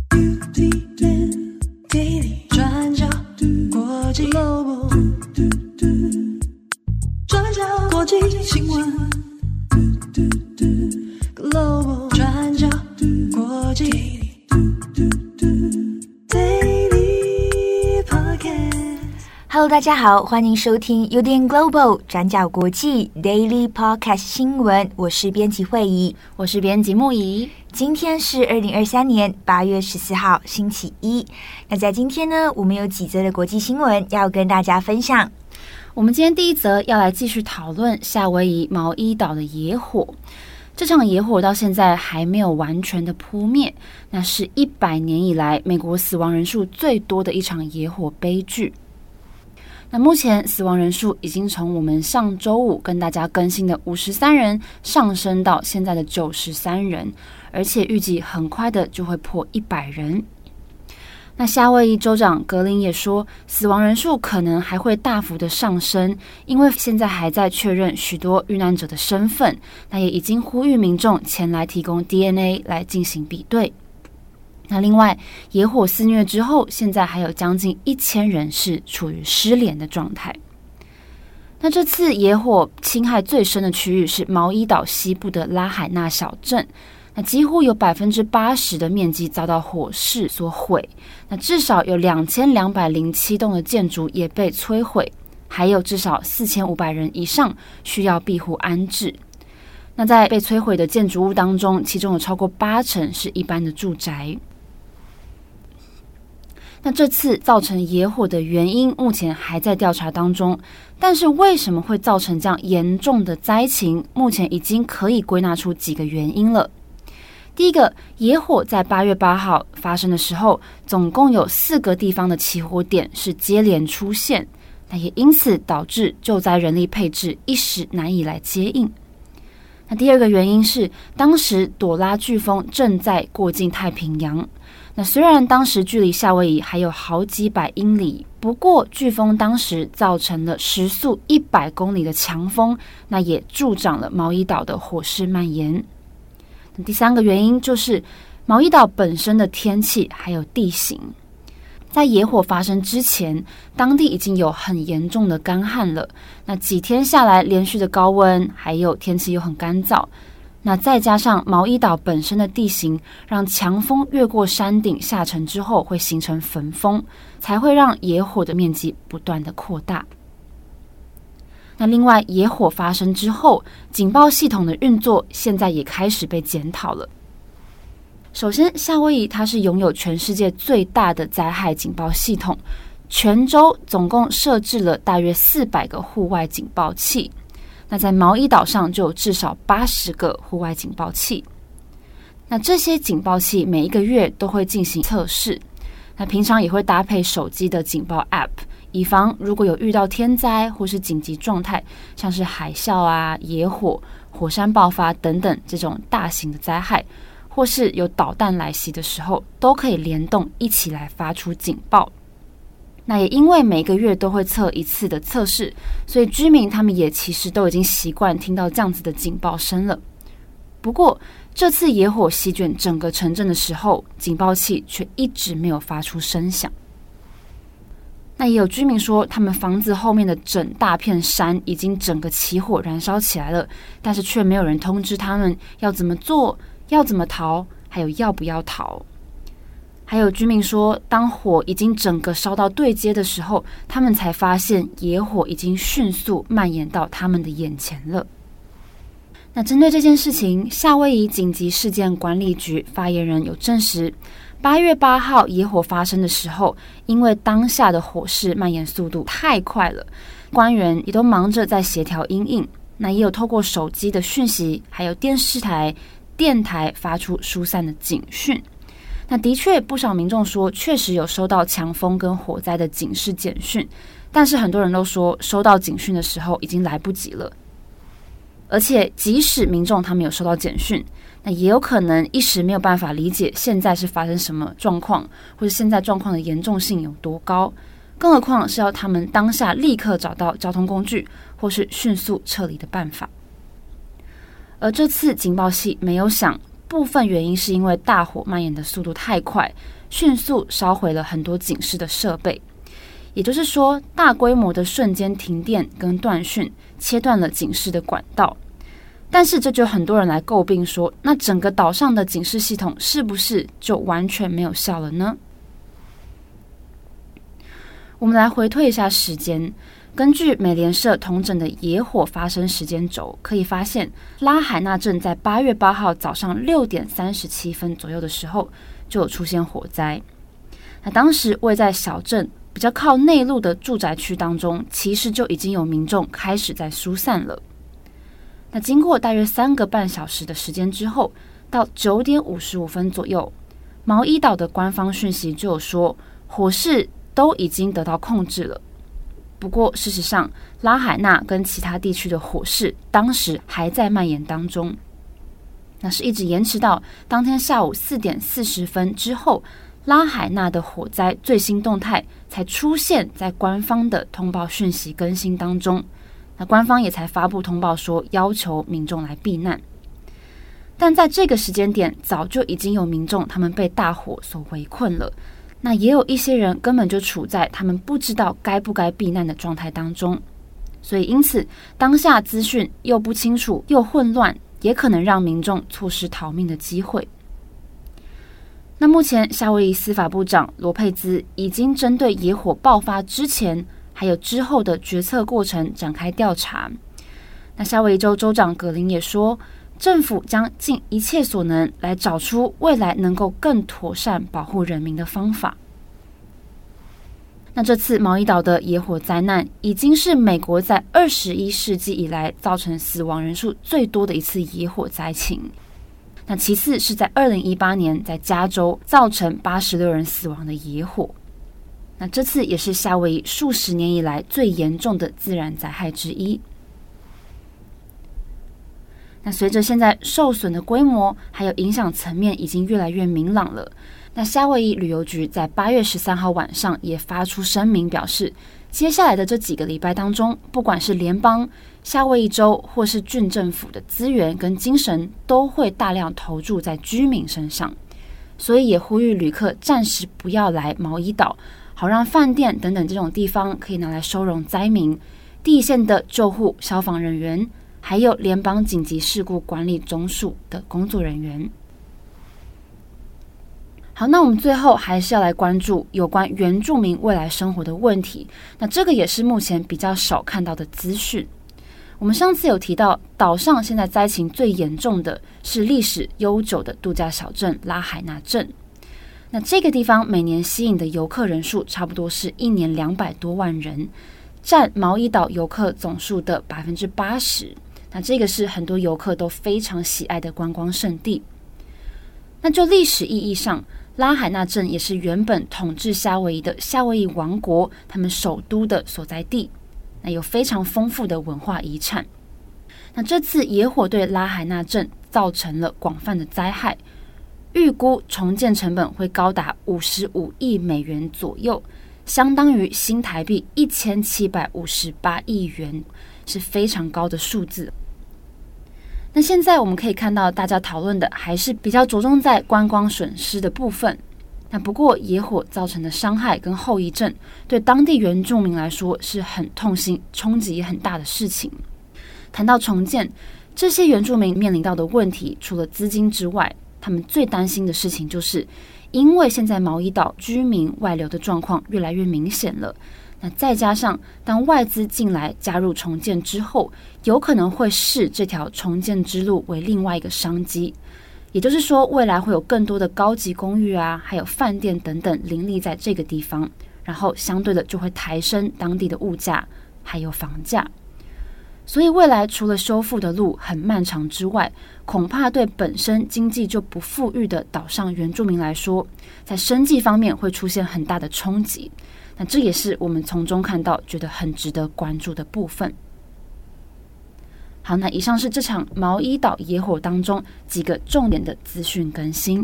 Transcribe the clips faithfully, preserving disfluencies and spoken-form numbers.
转角国际转角国际新闻 Global 转角国际 Daily Podcast。Hello， 大家好，欢迎收听 U D N Global 转角国际 Daily Podcast 新闻，我是编辑慧仪， 我是编辑木仪。 今天是二零二三年八月十四号，星期一。那在今天呢，我们有几则的国际新闻要跟大家分享。 我们今天第一则要来继续讨论夏威夷毛伊岛的野火。这场野火到现在还没有完全的扑灭，那是一百年以来美国死亡人数最多的一场野火悲剧。那目前死亡人数已经从我们上周五跟大家更新的五十三人上升到现在的九十三人，而且预计很快的就会破一百人。那夏威夷州长格林也说，死亡人数可能还会大幅的上升，因为现在还在确认许多遇难者的身份，那也已经呼吁民众前来提供 D N A 来进行比对。那另外，野火肆虐之后，现在还有将近一千人是处于失联的状态。那这次野火侵害最深的区域是毛伊岛西部的拉海纳小镇，那几乎有 百分之八十 的面积遭到火势所毁，那至少有两千两百零七栋的建筑也被摧毁，还有至少四千五百人以上需要庇护安置。那在被摧毁的建筑物当中，其中有超过八成是一般的住宅。那这次造成野火的原因目前还在调查当中，但是为什么会造成这样严重的灾情，目前已经可以归纳出几个原因了。第一个，野火在八月八号发生的时候，总共有四个地方的起火点是接连出现，那也因此导致救灾人力配置一时难以来接应。那第二个原因是，当时朵拉飓风正在过境太平洋。那虽然当时距离夏威夷还有好几百英里，不过飓风当时造成了时速一百公里的强风，那也助长了毛伊岛的火势蔓延。那第三个原因就是毛伊岛本身的天气还有地形。在野火发生之前，当地已经有很严重的干旱了，那几天下来连续的高温，还有天气又很干燥，那再加上毛伊岛本身的地形，让强风越过山顶下沉之后会形成焚风，才会让野火的面积不断的扩大。那另外，野火发生之后，警报系统的运作现在也开始被检讨了。首先，夏威夷它是拥有全世界最大的灾害警报系统，全州总共设置了大约四百个户外警报器。那在毛伊岛上就有至少八十个户外警报器。那这些警报器每一个月都会进行测试，那平常也会搭配手机的警报 App， 以防如果有遇到天灾或是紧急状态，像是海啸啊、野火、火山爆发等等这种大型的灾害，或是有导弹来袭的时候，都可以联动一起来发出警报。那也因为每个月都会测一次的测试，所以居民他们也其实都已经习惯听到这样子的警报声了。不过这次野火席卷整个城镇的时候，警报器却一直没有发出声响。那也有居民说，他们房子后面的整大片山已经整个起火燃烧起来了，但是却没有人通知他们要怎么做，要怎么逃，还有要不要逃。还有居民说，当火已经整个烧到对街的时候，他们才发现野火已经迅速蔓延到他们的眼前了。那针对这件事情，夏威夷紧急事件管理局发言人有证实，八月八号野火发生的时候，因为当下的火势蔓延速度太快了，官员也都忙着在协调因应，那也有透过手机的讯息，还有电视台、电台发出疏散的警讯。那的确，不少民众说，确实有收到强风跟火灾的警示简讯，但是很多人都说，收到警讯的时候已经来不及了。而且，即使民众他们有收到简讯，那也有可能一时没有办法理解现在是发生什么状况，或者现在状况的严重性有多高，更何况是要他们当下立刻找到交通工具，或是迅速撤离的办法。而这次警报器没有响， 部分原因是因为大火蔓延的速度太快，迅速烧毁了很多警示的设备。也就是说，大规模的瞬间停电跟断讯，切断了警示的管道。但是这就很多人来诟病说，那整个岛上的警示系统是不是就完全没有效了呢？我们来回推一下时间，根据美联社统整的野火发生时间轴，可以发现拉海纳镇在八月八号早上六点三十七分左右的时候就有出现火灾。那当时位在小镇比较靠内陆的住宅区当中，其实就已经有民众开始在疏散了。那经过大约三个半小时的时间之后，到九点五十五分左右，毛伊岛的官方讯息就有说，火势都已经得到控制了。不过事实上，拉海纳跟其他地区的火势当时还在蔓延当中，那是一直延迟到当天下午四点四十分之后，拉海纳的火灾最新动态才出现在官方的通报讯息更新当中。那官方也才发布通报说，要求民众来避难。但在这个时间点，早就已经有民众他们被大火所围困了。那也有一些人根本就处在他们不知道该不该避难的状态当中。所以因此，当下资讯又不清楚又混乱，也可能让民众错失逃命的机会。那目前夏威夷司法部长罗佩兹已经针对野火爆发之前还有之后的决策过程展开调查。那夏威夷州州长葛林也说，政府将尽一切所能来找出未来能够更妥善保护人民的方法。那这次毛伊岛的野火灾难已经是美国在二十一世纪以来造成死亡人数最多的一次野火灾情。那其次是在二零一八年在加州造成八十六人死亡的野火。那这次也是夏威夷数十年以来最严重的自然灾害之一。那随着现在受损的规模还有影响层面已经越来越明朗了，那夏威夷旅游局在八月十三号晚上也发出声明表示，接下来的这几个礼拜当中，不管是联邦、夏威夷州或是郡政府的资源跟精神都会大量投注在居民身上，所以也呼吁旅客暂时不要来毛伊岛，好让饭店等等这种地方可以拿来收容灾民，第一线的救护消防人员，还有联邦紧急事故管理总署的工作人员。好，那我们最后还是要来关注有关原住民未来生活的问题。那这个也是目前比较少看到的资讯。我们上次有提到，岛上现在灾情最严重的是历史悠久的度假小镇拉海纳镇。那这个地方每年吸引的游客人数差不多是一年两百多万人，占毛伊岛游客总数的百分之八十。那这个是很多游客都非常喜爱的观光胜地。那就历史意义上，拉海纳镇也是原本统治夏威夷的夏威夷王国他们首都的所在地，那有非常丰富的文化遗产。那这次野火对拉海纳镇造成了广泛的灾害，预估重建成本会高达五十五亿美元左右，相当于新台币一千七百五十八亿元，是非常高的数字。那现在我们可以看到，大家讨论的还是比较着重在观光损失的部分。那不过野火造成的伤害跟后遗症，对当地原住民来说是很痛心、冲击也很大的事情。谈到重建，这些原住民面临到的问题，除了资金之外，他们最担心的事情就是，因为现在毛伊岛居民外流的状况越来越明显了。那再加上当外资进来加入重建之后，有可能会视这条重建之路为另外一个商机，也就是说未来会有更多的高级公寓啊，还有饭店等等林立在这个地方，然后相对的就会抬升当地的物价还有房价。所以未来除了修复的路很漫长之外，恐怕对本身经济就不富裕的岛上原住民来说，在生计方面会出现很大的冲击。那这也是我们从中看到觉得很值得关注的部分。好，那以上是这场毛伊岛野火当中几个重点的资讯更新。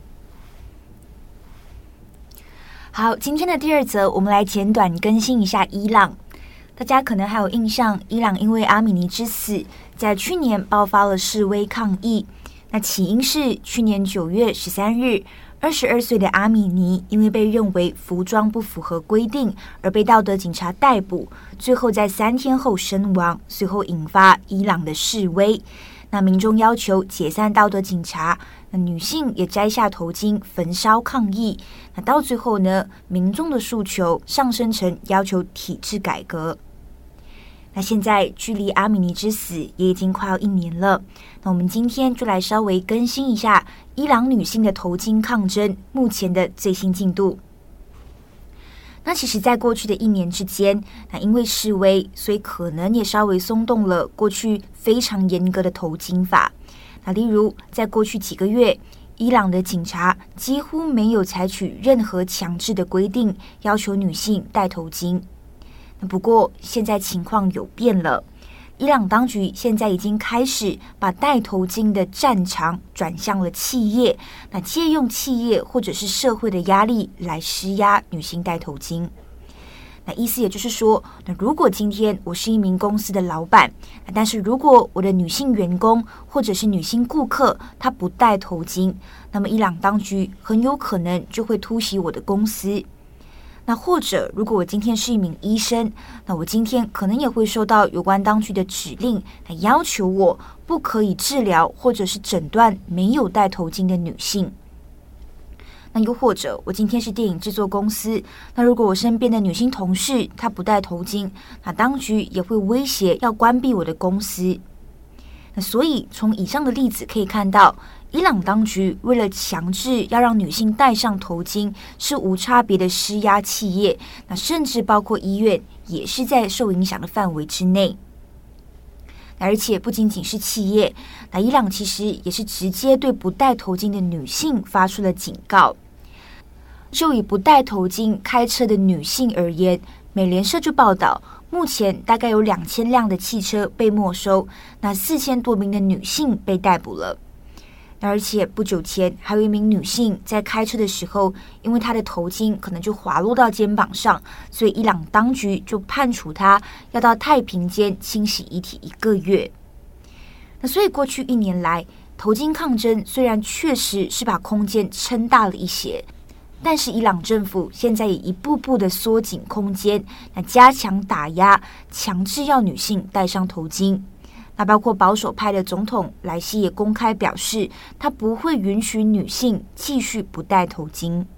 好，今天的第二则，我们来简短更新一下伊朗。大家可能还有印象，伊朗因为阿米尼之死，在去年爆发了示威抗议， 那起因是去年九月十三日，二十二岁的阿米尼因为被认为服装不符合规定而被道德警察逮捕，最后在三天后身亡，随后引发伊朗的示威。那民众要求解散道德警察，那女性也摘下头巾焚烧抗议。那到最后呢，民众的诉求上升成要求体制改革。那现在距离阿米尼之死也已经快要一年了，那我们今天就来稍微更新一下伊朗女性的头巾抗争目前的最新进度。那其实在过去的一年之间，那因为示威，所以可能也稍微松动了过去非常严格的头巾法。那例如在过去几个月，伊朗的警察几乎没有采取任何强制的规定要求女性戴头巾。那不过现在情况有变了，伊朗当局现在已经开始把戴头巾的战场转向了企业，那借用企业或者是社会的压力来施压女性戴头巾。那意思也就是说，那如果今天我是一名公司的老板，但是如果我的女性员工或者是女性顾客她不戴头巾，那么伊朗当局很有可能就会突袭我的公司。那或者如果我今天是一名医生，那我今天可能也会受到有关当局的指令，那要求我不可以治疗或者是诊断没有戴头巾的女性。那又或者我今天是电影制作公司，那如果我身边的女性同事她不戴头巾，那当局也会威胁要关闭我的公司。那所以从以上的例子可以看到，伊朗当局为了强制要让女性戴上头巾，是无差别的施压企业，那甚至包括医院也是在受影响的范围之内。而且不仅仅是企业，那伊朗其实也是直接对不戴头巾的女性发出了警告。就以不戴头巾开车的女性而言，美联社就报道，目前大概有两千辆的汽车被没收，那四千多名的女性被逮捕了。而且不久前还有一名女性在开车的时候，因为她的头巾可能就滑落到肩膀上，所以伊朗当局就判处她要到太平间清洗遗体一个月。那所以过去一年来，头巾抗争虽然确实是把空间撑大了一些，但是伊朗政府现在也一步步的缩紧空间，那加强打压，强制要女性戴上头巾。那包括保守派的总统莱西也公开表示，他不会允许女性继续不戴头巾。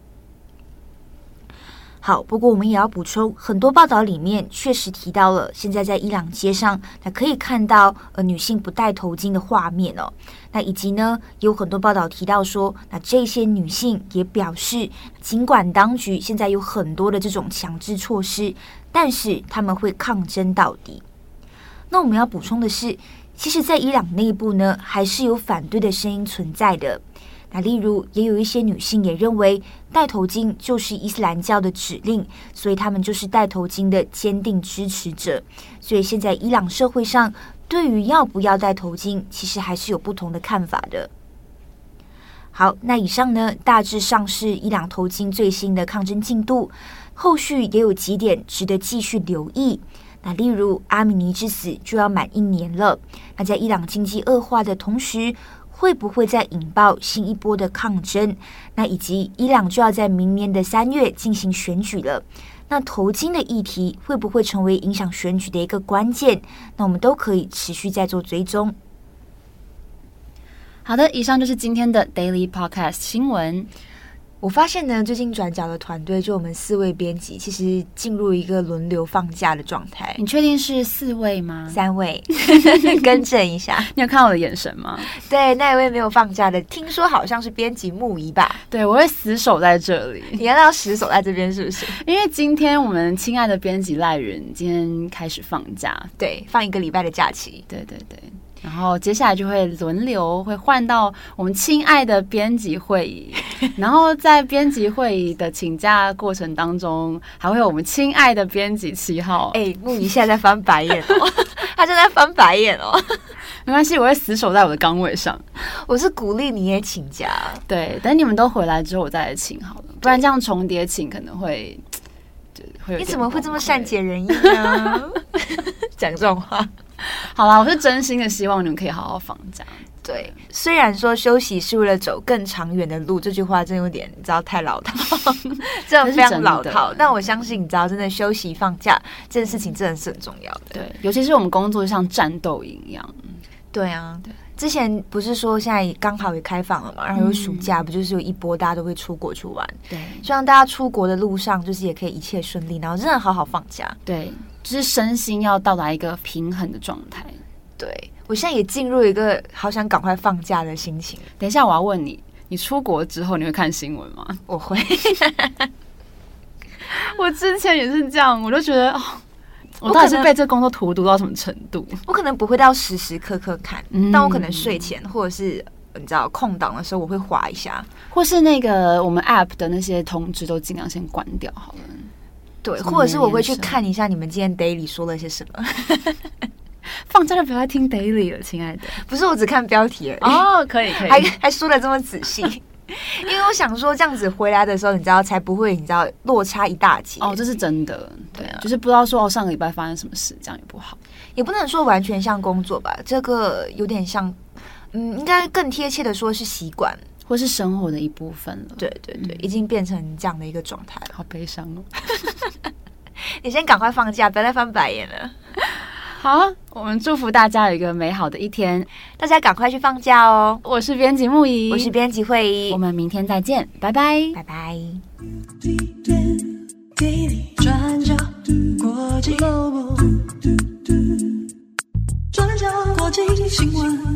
好，不过我们也要补充，很多报道里面确实提到了现在在伊朗街上，那可以看到呃女性不戴头巾的画面哦。那以及呢，有很多报道提到说，那这些女性也表示，尽管当局现在有很多的这种强制措施，但是他们会抗争到底。那我们要补充的是，其实在伊朗内部呢，还是有反对的声音存在的。那例如也有一些女性也认为戴头巾就是伊斯兰教的指令，所以他们就是戴头巾的坚定支持者。所以现在伊朗社会上对于要不要戴头巾，其实还是有不同的看法的。好，那以上呢，大致上是伊朗头巾最新的抗争进度，后续也有几点值得继续留意。那例如阿米尼之死就要满一年了，那在伊朗经济恶化的同时，会不会再引爆新一波的抗争？那以及伊朗就要在明年的三月进行选举了，那头巾的议题会不会成为影响选举的一个关键？那我们都可以持续在做追踪。 好的，以上就是今天的 Daily Podcast 新闻。 我发现呢，最近转角的团队就我们四位编辑，其实进入一个轮流放假的状态。 你确定是四位吗？ 三位，更正一下。 你有看我的眼神吗？ 对，那一位没有放假的，听说好像是编辑木仪吧？ 对，我会死守在这里。 你要死守在这边是不是？ 因为今天我们亲爱的编辑赖云今天开始放假， 对，放一个礼拜的假期。 对对对。然后接下来就会轮流会换到我们亲爱的编辑会议，然后在编辑会议的请假过程当中，还会有我们亲爱的编辑七号。 哎、欸，木仪现在在翻白眼哦，他正在翻白眼哦。 没关系，我会死守在我的岗位上。 我是鼓励你也请假， 对，等你们都回来之后我再来请好了，不然这样重叠请可能会会有。 你怎么会这么善解人意呢？讲这种话。 好啦，我是真心的希望你们可以好好放假。 对，虽然说休息是为了走更长远的路，这句话真有点你知道太老套，真的非常老套。但我相信你知道，真的休息放假这件事情真的是很重要的。 对，尤其是我们工作像战斗营一样。 对啊，对。之前不是说现在刚好也开放了嘛，然后有暑假，不就是有一波大家都会出国去玩？对，希望大家出国的路上就是也可以一切顺利，然后真的好好放假。 对，就是身心要到达一个平衡的状态。 对，我现在也进入一个好想赶快放假的心情。 等一下我要问你，你出国之后你会看新闻吗？ 我会。 我之前也是这样，我就觉得哦。我到底是被这工作荼毒到什么程度？ 我可能不会到时时刻刻看，嗯、但我可能睡前或者是你知道空档的时候，我会滑一下， 或是那个我们 app 的那些通知都尽量先关掉好了。 对，或者是我会去看一下你们今天 daily 说了些什么。 放假就不要再听 daily 了，亲爱的。 不是，我只看标题而已。 哦，可以可以， 还还说的这么仔细。因为我想说，这样子回来的时候，你知道才不会，你知道落差一大截。 哦，这是真的，对啊，就是不知道说哦，上个礼拜发生什么事，这样也不好。 也不能说完全像工作吧，这个有点像，嗯，应该更贴切的说是习惯， 或是生活的一部分了。 对对对，嗯、已经变成这样的一个状态了。 好悲伤哦！ 你先赶快放假，不要再翻白眼了。 好，我们祝福大家有一个美好的一天， 大家赶快去放假哦！ 我是编辑木仪， 我是编辑慧仪， 我们明天再见，拜拜， 拜拜。 转角国际 Global， 转角国际新闻。